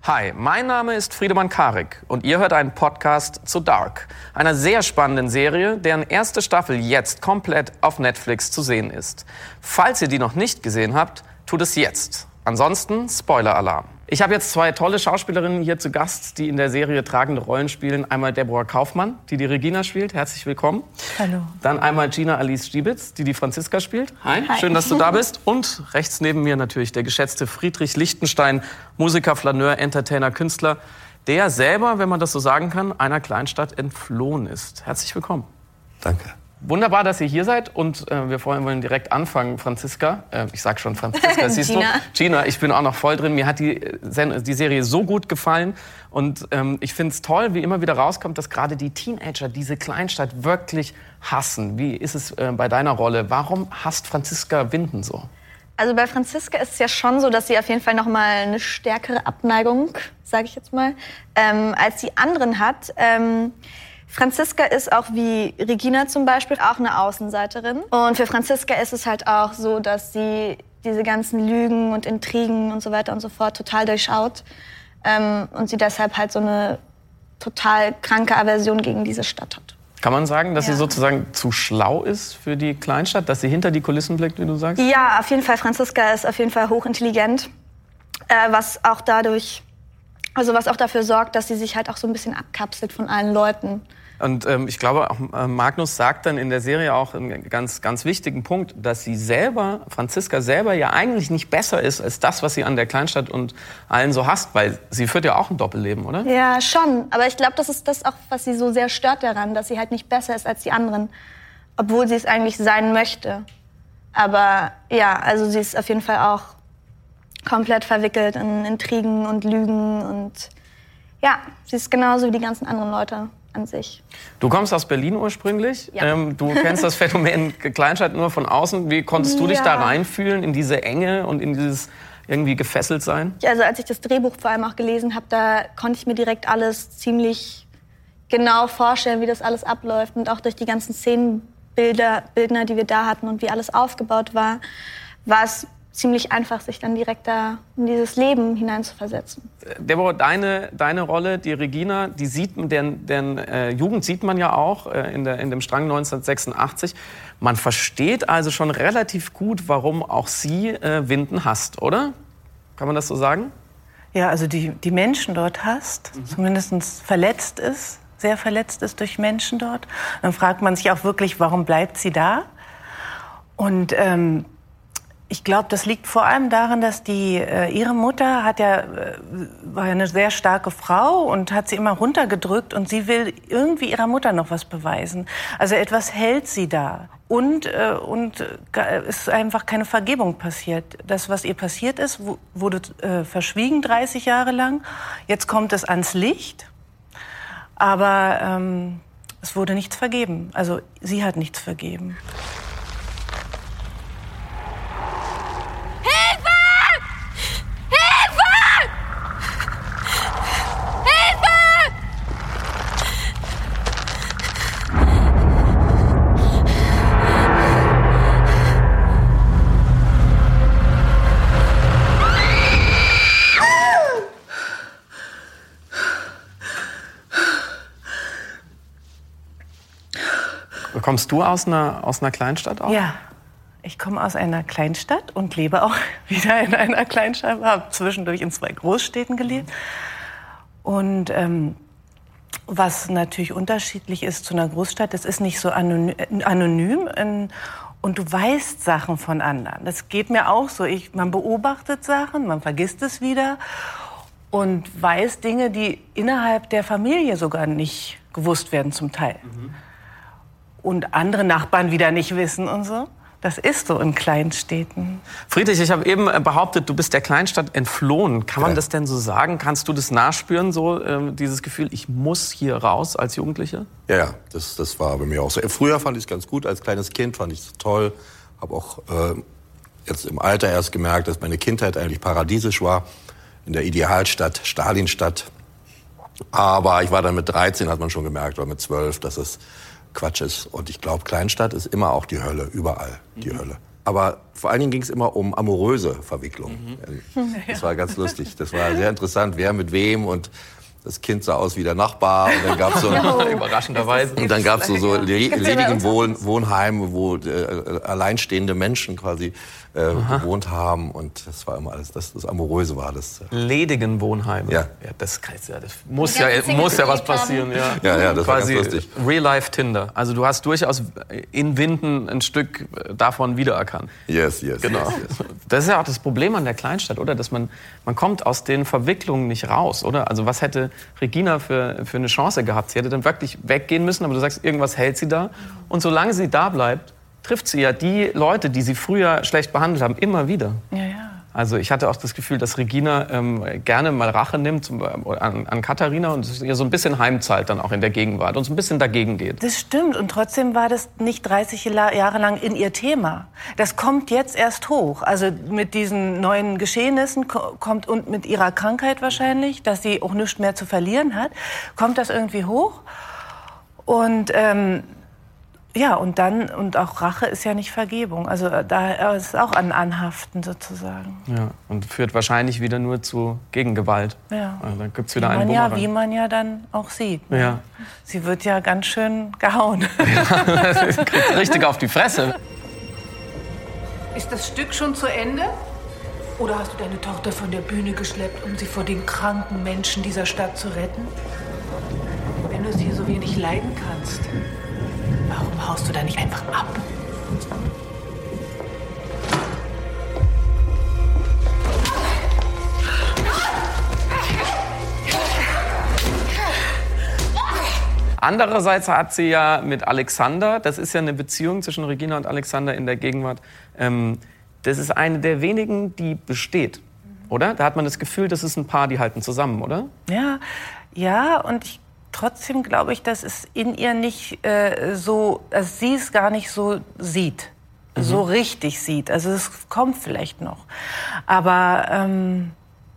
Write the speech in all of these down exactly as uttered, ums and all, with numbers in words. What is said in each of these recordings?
Hi, mein Name ist Friedemann Karik und ihr hört einen Podcast zu Dark, einer sehr spannenden Serie, deren erste Staffel jetzt komplett auf Netflix zu sehen ist. Falls ihr die noch nicht gesehen habt, tut es jetzt. Ansonsten Spoiler-Alarm. Ich habe jetzt zwei tolle Schauspielerinnen hier zu Gast, die in der Serie tragende Rollen spielen. Einmal Deborah Kaufmann, die die Regina spielt. Herzlich willkommen. Hallo. Dann einmal Gina Alice Stiebitz, die die Franziska spielt. Hi. Hi. Schön, dass du da bist. Und rechts neben mir natürlich der geschätzte Friedrich Lichtenstein, Musiker, Flaneur, Entertainer, Künstler, der selber, wenn man das so sagen kann, einer Kleinstadt entflohen ist. Herzlich willkommen. Danke. Wunderbar, dass ihr hier seid und äh, wir wollen direkt anfangen. Franziska, äh, ich sag schon Franziska, siehst Gina. du? Gina, ich bin auch noch voll drin. Mir hat die, äh, die Serie so gut gefallen und ähm, ich finde es toll, wie immer wieder rauskommt, dass gerade die Teenager diese Kleinstadt wirklich hassen. Wie ist es äh, bei deiner Rolle? Warum hasst Franziska Winden so? Also bei Franziska ist es ja schon so, dass sie auf jeden Fall noch mal eine stärkere Abneigung, sage ich jetzt mal, ähm, als die anderen hat. Ähm, Franziska ist auch wie Regina zum Beispiel auch eine Außenseiterin. Und für Franziska ist es halt auch so, dass sie diese ganzen Lügen und Intrigen und so weiter und so fort total durchschaut. Ähm, und sie deshalb halt so eine total kranke Aversion gegen diese Stadt hat. Kann man sagen, dass Ja. sie sozusagen zu schlau ist für die Kleinstadt? Dass sie hinter die Kulissen blickt, wie du sagst? Ja, auf jeden Fall. Franziska ist auf jeden Fall hochintelligent. Äh, was auch dadurch, also was auch dafür sorgt, dass sie sich halt auch so ein bisschen abkapselt von allen Leuten. Und ähm, ich glaube, auch äh, Magnus sagt dann in der Serie auch einen ganz, ganz wichtigen Punkt, dass sie selber, Franziska selber, ja eigentlich nicht besser ist als das, was sie an der Kleinstadt und allen so hasst, weil sie führt ja auch ein Doppelleben, oder? Ja, schon. Aber ich glaube, das ist das auch, was sie so sehr stört daran, dass sie halt nicht besser ist als die anderen, obwohl sie es eigentlich sein möchte. Aber ja, also sie ist auf jeden Fall auch komplett verwickelt in Intrigen und Lügen und ja, sie ist genauso wie die ganzen anderen Leute an sich. Du kommst aus Berlin ursprünglich. Ja. Ähm, du kennst das Phänomen Kleinstadt nur von außen. Wie konntest du dich Ja. da reinfühlen in diese Enge und in dieses irgendwie gefesselt sein? Also als ich das Drehbuch vor allem auch gelesen habe, da konnte ich mir direkt alles ziemlich genau vorstellen, wie das alles abläuft. Und auch durch die ganzen Szenenbilder, Bildner, die wir da hatten und wie alles aufgebaut war, war es ziemlich einfach, sich dann direkt da in dieses Leben hineinzuversetzen. Deborah, deine, deine Rolle, die Regina, die sieht man, deren, deren äh, Jugend sieht man ja auch äh, in, der, in dem Strang neunzehnhundertsechsundachtzig. Man versteht also schon relativ gut, warum auch sie äh, Winden hasst, oder? Kann man das so sagen? Ja, also die, die Menschen dort hasst, mhm. zumindest verletzt ist, sehr verletzt ist durch Menschen dort. Dann fragt man sich auch wirklich, warum bleibt sie da? Und ähm, ich glaube, das liegt vor allem daran, dass die, äh, ihre Mutter hat ja, äh, war ja eine sehr starke Frau und hat sie immer runtergedrückt und sie will irgendwie ihrer Mutter noch was beweisen. Also etwas hält sie da. Und, äh, und äh, ist einfach keine Vergebung passiert. Das, was ihr passiert ist, wurde äh, verschwiegen dreißig Jahre lang. Jetzt kommt es ans Licht. Aber ähm, es wurde nichts vergeben. Also sie hat nichts vergeben. Kommst du aus einer, aus einer Kleinstadt auch? Ja, ich komme aus einer Kleinstadt und lebe auch wieder in einer Kleinstadt. Habe zwischendurch in zwei Großstädten gelebt. Und ähm, was natürlich unterschiedlich ist zu einer Großstadt, es ist nicht so anonym. anonym in, und du weißt Sachen von anderen. Das geht mir auch so. Ich, man beobachtet Sachen, man vergisst es wieder und weiß Dinge, die innerhalb der Familie sogar nicht gewusst werden zum Teil. Mhm. Und andere Nachbarn wieder nicht wissen und so. Das ist so in Kleinstädten. Friedrich, ich habe eben behauptet, du bist der Kleinstadt entflohen. Kann man Ja. das denn so sagen? Kannst du das nachspüren, so äh, dieses Gefühl, ich muss hier raus als Jugendliche? Ja, ja, das, das war bei mir auch so. Früher fand ich es ganz gut, als kleines Kind fand ich es toll. Habe auch äh, jetzt im Alter erst gemerkt, dass meine Kindheit eigentlich paradiesisch war. In der Idealstadt, Stalinstadt. Aber ich war dann mit dreizehn, hat man schon gemerkt, oder mit zwölf, dass es Quatsch ist. Und ich glaube, Kleinstadt ist immer auch die Hölle, überall die mhm. Hölle. Aber vor allen Dingen ging es immer um amoröse Verwicklungen. Mhm. Das war ganz lustig. Das war sehr interessant, wer mit wem und das Kind sah aus wie der Nachbar und dann gab's so no. überraschenderweise und dann gab's so, so ledigen Wohn Wohnheime, wo äh, alleinstehende Menschen quasi äh, gewohnt haben und das war immer alles, das, das Amoröse war das. Ledigen Wohnheime. Ja, ja das, ja, das muss ja, muss ja was passieren. Ja, ja, ja das quasi war ganz lustig. Real-Life-Tinder. Also du hast durchaus in Winden ein Stück davon wiedererkannt. Yes, yes. Genau. Yes, yes. Das ist ja auch das Problem an der Kleinstadt, oder? Dass man, man kommt aus den Verwicklungen nicht raus, oder? Also was hätte Regina für, für eine Chance gehabt? Sie hätte dann wirklich weggehen müssen, aber du sagst, irgendwas hält sie da. Und solange sie da bleibt, trifft sie ja die Leute, die sie früher schlecht behandelt haben, immer wieder. Ja, ja. Also ich hatte auch das Gefühl, dass Regina ähm, gerne mal Rache nimmt zum, an, an Katharina und ihr so ein bisschen heimzahlt dann auch in der Gegenwart und so ein bisschen dagegen geht. Das stimmt und trotzdem war das nicht dreißig Jahre lang in ihr Thema. Das kommt jetzt erst hoch. Also mit diesen neuen Geschehnissen kommt und mit ihrer Krankheit wahrscheinlich, dass sie auch nichts mehr zu verlieren hat, kommt das irgendwie hoch. Und ähm, ja, und dann, und auch Rache ist ja nicht Vergebung. Also da ist auch ein Anhaften sozusagen. Ja, und führt wahrscheinlich wieder nur zu Gegengewalt. Ja. Also dann gibt's wieder wie einen man ja, Bumerang. Wie man ja dann auch sieht. Ne? Ja. Sie wird ja ganz schön gehauen. Ja, kriegt richtig auf die Fresse. Ist das Stück schon zu Ende? Oder hast du deine Tochter von der Bühne geschleppt, um sie vor den kranken Menschen dieser Stadt zu retten? Wenn du es hier so wenig leiden kannst, warum haust du da nicht einfach ab? Andererseits hat sie ja mit Alexander, das ist ja eine Beziehung zwischen Regina und Alexander in der Gegenwart, ähm, das ist eine der wenigen, die besteht, oder? Da hat man das Gefühl, das ist ein Paar, die halten zusammen, oder? Ja, ja, und ich, trotzdem glaube ich, dass es in ihr nicht äh, so, dass sie es gar nicht so sieht, mhm. so richtig sieht. Also es kommt vielleicht noch, aber ähm,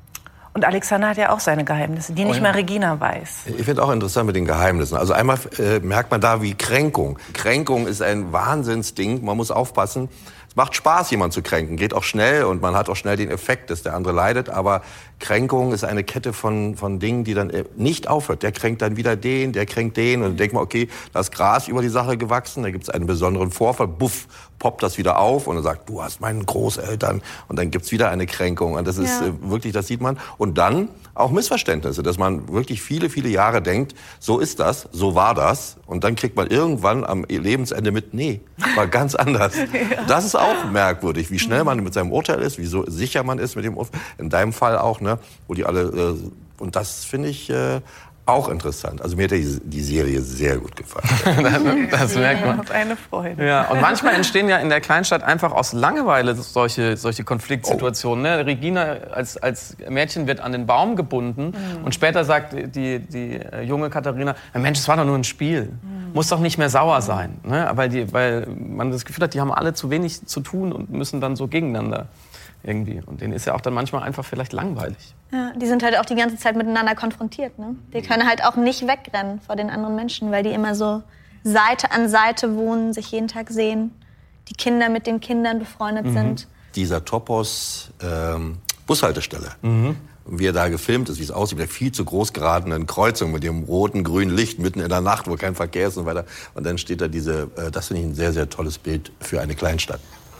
und Alexander hat ja auch seine Geheimnisse, die nicht oh ja. mal Regina weiß. Ich finde auch interessant mit den Geheimnissen. Also einmal äh, merkt man da wie Kränkung. Kränkung ist ein Wahnsinnsding, man muss aufpassen. Es macht Spaß, jemanden zu kränken, geht auch schnell und man hat auch schnell den Effekt, dass der andere leidet. Aber Kränkung ist eine Kette von, von Dingen, die dann nicht aufhört. Der kränkt dann wieder den, der kränkt den und dann denkt man, okay, da ist Gras über die Sache gewachsen, da gibt es einen besonderen Vorfall, buff, poppt das wieder auf und er sagt, du hast meinen Großeltern und dann gibt's wieder eine Kränkung und das ist ja. äh, wirklich, das sieht man. Und dann auch Missverständnisse, dass man wirklich viele, viele Jahre denkt, so ist das, so war das und dann kriegt man irgendwann am Lebensende mit, nee, war ganz anders. Ja. Das ist auch merkwürdig, wie schnell man mit seinem Urteil ist, wie so sicher man ist mit dem Urteil, in deinem Fall auch, ne, wo die alle, äh, und das finde ich äh, auch interessant. Also mir hat die, die Serie sehr gut gefallen. das, das merkt man. Eine Freude. Ja, und manchmal entstehen ja in der Kleinstadt einfach aus Langeweile solche, solche Konfliktsituationen. Oh. Ne? Regina als, als Mädchen wird an den Baum gebunden mhm. und später sagt die, die junge Katharina, Mensch, es war doch nur ein Spiel. Mhm. Muss doch nicht mehr sauer sein. Ne? Weil, die, weil man das Gefühl hat, die haben alle zu wenig zu tun und müssen dann so gegeneinander irgendwie. Und denen ist ja auch dann manchmal einfach vielleicht langweilig. Ja, die sind halt auch die ganze Zeit miteinander konfrontiert. Ne? Die können halt auch nicht wegrennen vor den anderen Menschen, weil die immer so Seite an Seite wohnen, sich jeden Tag sehen, die Kinder mit den Kindern befreundet mhm. sind. Dieser Topos ähm, Bushaltestelle, mhm. wie er da gefilmt ist, wie es aussieht, mit der viel zu groß geradenen Kreuzung mit dem roten, grünen Licht mitten in der Nacht, wo kein Verkehr ist und weiter. Und dann steht da diese, äh, das finde ich ein sehr, sehr tolles Bild für eine Kleinstadt.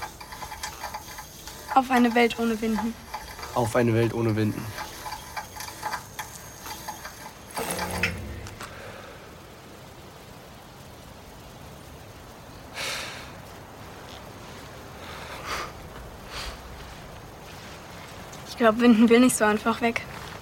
Auf eine Welt ohne Winden. Auf eine Welt ohne Winden. Ich glaube, Winden will nicht so einfach weg.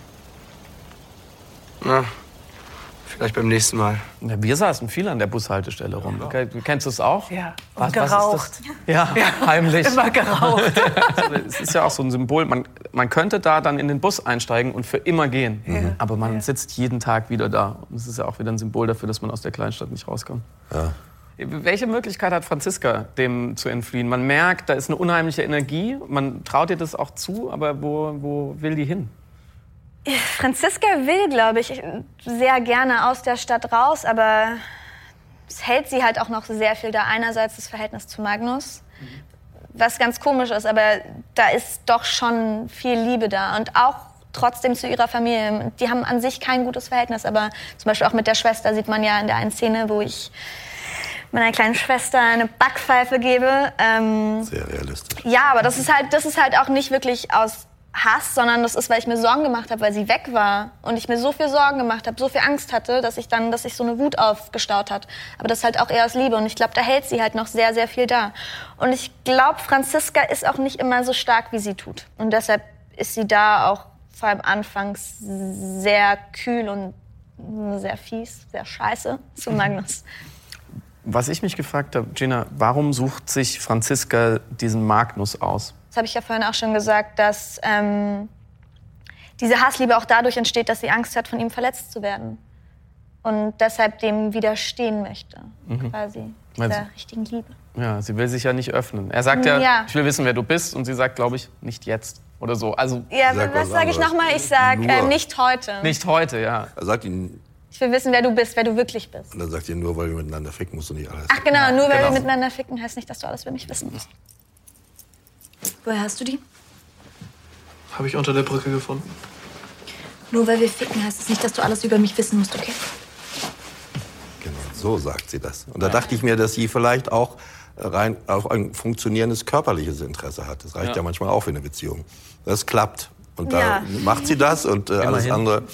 Na, vielleicht beim nächsten Mal. Ja, wir saßen viel an der Bushaltestelle rum. Ja, kennst du es auch? Ja, was, und geraucht. Was ist das? Ja, ja, heimlich. Immer geraucht. Es ist ja auch so ein Symbol. Man, man könnte da dann in den Bus einsteigen und für immer gehen. Mhm. Aber man ja. sitzt jeden Tag wieder da. Und es ist ja auch wieder ein Symbol dafür, dass man aus der Kleinstadt nicht rauskommt. Ja. Welche Möglichkeit hat Franziska, dem zu entfliehen? Man merkt, da ist eine unheimliche Energie. Man traut ihr das auch zu, aber wo, wo will die hin? Franziska will, glaube ich, sehr gerne aus der Stadt raus, aber es hält sie halt auch noch sehr viel da. Einerseits das Verhältnis zu Magnus, was ganz komisch ist, aber da ist doch schon viel Liebe da und auch trotzdem zu ihrer Familie. Die haben an sich kein gutes Verhältnis, aber zum Beispiel auch mit der Schwester sieht man ja in der einen Szene, wo ich meiner kleinen Schwester eine Backpfeife gebe. Ähm, Sehr realistisch. Ja, aber das ist halt, das ist halt auch nicht wirklich aus Hass, sondern das ist, weil ich mir Sorgen gemacht habe, weil sie weg war und ich mir so viel Sorgen gemacht habe, so viel Angst hatte, dass ich dann, dass sich so eine Wut aufgestaut hat. Aber das ist halt auch eher aus Liebe und ich glaube, da hält sie halt noch sehr, sehr viel da. Und ich glaube, Franziska ist auch nicht immer so stark, wie sie tut. Und deshalb ist sie da auch vor allem anfangs sehr kühl und sehr fies, sehr scheiße zu Magnus. Was ich mich gefragt habe, Gina, warum sucht sich Franziska diesen Magnus aus? Das habe ich ja vorhin auch schon gesagt, dass ähm, diese Hassliebe auch dadurch entsteht, dass sie Angst hat, von ihm verletzt zu werden. Und deshalb dem widerstehen möchte, mhm. quasi, dieser also, richtigen Liebe. Ja, sie will sich ja nicht öffnen. Er sagt ja, ja. ich will wissen, wer du bist. Und sie sagt, glaube ich, nicht jetzt oder so. Also, ja, was, was sage ich nochmal? Ich sage äh, nicht heute. Nicht heute, ja. Er sagt ihn... Ich will wissen, wer du bist, wer du wirklich bist. Und dann sagt ihr, nur weil wir miteinander ficken, musst du nicht alles. Ach genau, ja, nur weil genau. wir miteinander ficken, heißt nicht, dass du alles über mich wissen musst. Woher hast du die? Habe ich unter der Brücke gefunden. Nur weil wir ficken, heißt es nicht, dass du alles über mich wissen musst, okay? Genau, so sagt sie das. Und da dachte ich mir, dass sie vielleicht auch rein auch ein funktionierendes körperliches Interesse hat. Das reicht ja, ja manchmal auch für eine Beziehung. Das klappt. Und da ja. macht sie das und äh, alles andere...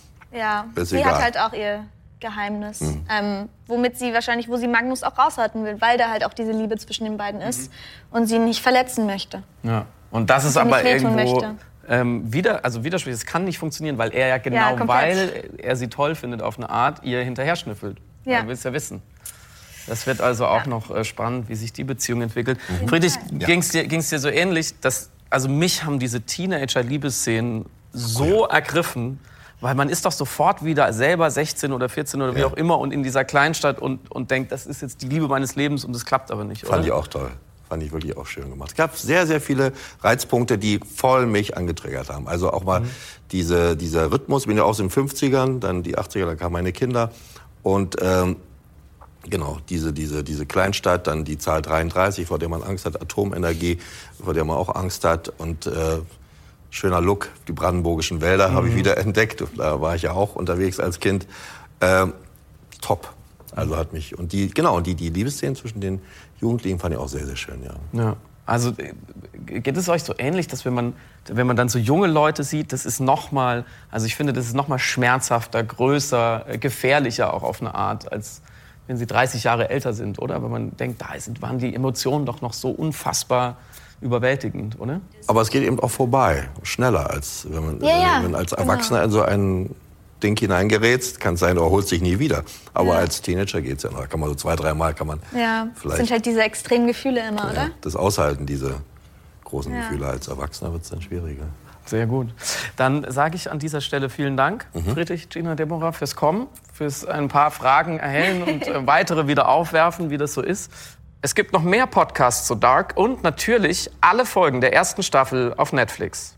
Ja, ist sie egal. hat halt auch ihr Geheimnis, mhm. ähm, womit sie wahrscheinlich, wo sie Magnus auch raushalten will, weil da halt auch diese Liebe zwischen den beiden ist mhm. und sie ihn nicht verletzen möchte. Ja. Und das ist und aber irgendwo möchte. ähm, wieder, also widersprüchlich. Es kann nicht funktionieren, weil er ja genau, ja, weil er sie toll findet auf eine Art, ihr hinterher schnüffelt. Ja. Er will es ja wissen. Das wird also auch ja. noch äh, spannend, wie sich die Beziehung entwickelt. Mhm. Friedrich, ja. ging es dir, ging's dir so ähnlich, dass, also mich haben diese Teenager-Liebesszenen so oh ja. ergriffen, weil man ist doch sofort wieder selber sechzehn oder vierzehn oder wie ja. auch immer und in dieser Kleinstadt und, und denkt, das ist jetzt die Liebe meines Lebens und das klappt aber nicht, oder? Fand ich auch toll. Fand ich wirklich auch schön gemacht. Es gab sehr, sehr viele Reizpunkte, die voll mich angetriggert haben. Also auch mal mhm. diese, dieser Rhythmus, ich bin ja aus den fünfzigern, dann die achtziger, dann kamen meine Kinder. Und ähm, genau, diese, diese, diese Kleinstadt, dann die Zahl dreiunddreißig, vor der man Angst hat, Atomenergie, vor der man auch Angst hat und... Äh, schöner Look, die brandenburgischen Wälder mhm. habe ich wieder entdeckt. Da war ich ja auch unterwegs als Kind. Ähm, top. Also hat mich und die genau und die die Liebesszenen zwischen den Jugendlichen fand ich auch sehr sehr schön, ja. Ja. Also geht es euch so ähnlich, dass wenn man wenn man dann so junge Leute sieht, das ist noch mal, also ich finde, das ist noch mal schmerzhafter, größer, gefährlicher auch auf eine Art, als wenn sie dreißig Jahre älter sind, oder? Wenn man denkt, da sind, waren die Emotionen doch noch so unfassbar überwältigend, oder? Aber es geht eben auch vorbei, schneller als wenn man ja, ja, wenn als Erwachsener genau. in so ein Ding hineingerätst, kann es sein, du erholst dich nie wieder. Aber ja. als Teenager geht's ja noch, da kann man so zwei, dreimal kann man ja. vielleicht. Das sind halt diese extremen Gefühle immer, ja, oder? Das Aushalten, diese großen ja. Gefühle als Erwachsener wird's dann schwieriger. Sehr gut. Dann sage ich an dieser Stelle vielen Dank, mhm. Friedrich, Gina, Deborah, fürs Kommen, fürs ein paar Fragen erhellen und äh, weitere wieder aufwerfen, wie das so ist. Es gibt noch mehr Podcasts zu Dark und natürlich alle Folgen der ersten Staffel auf Netflix.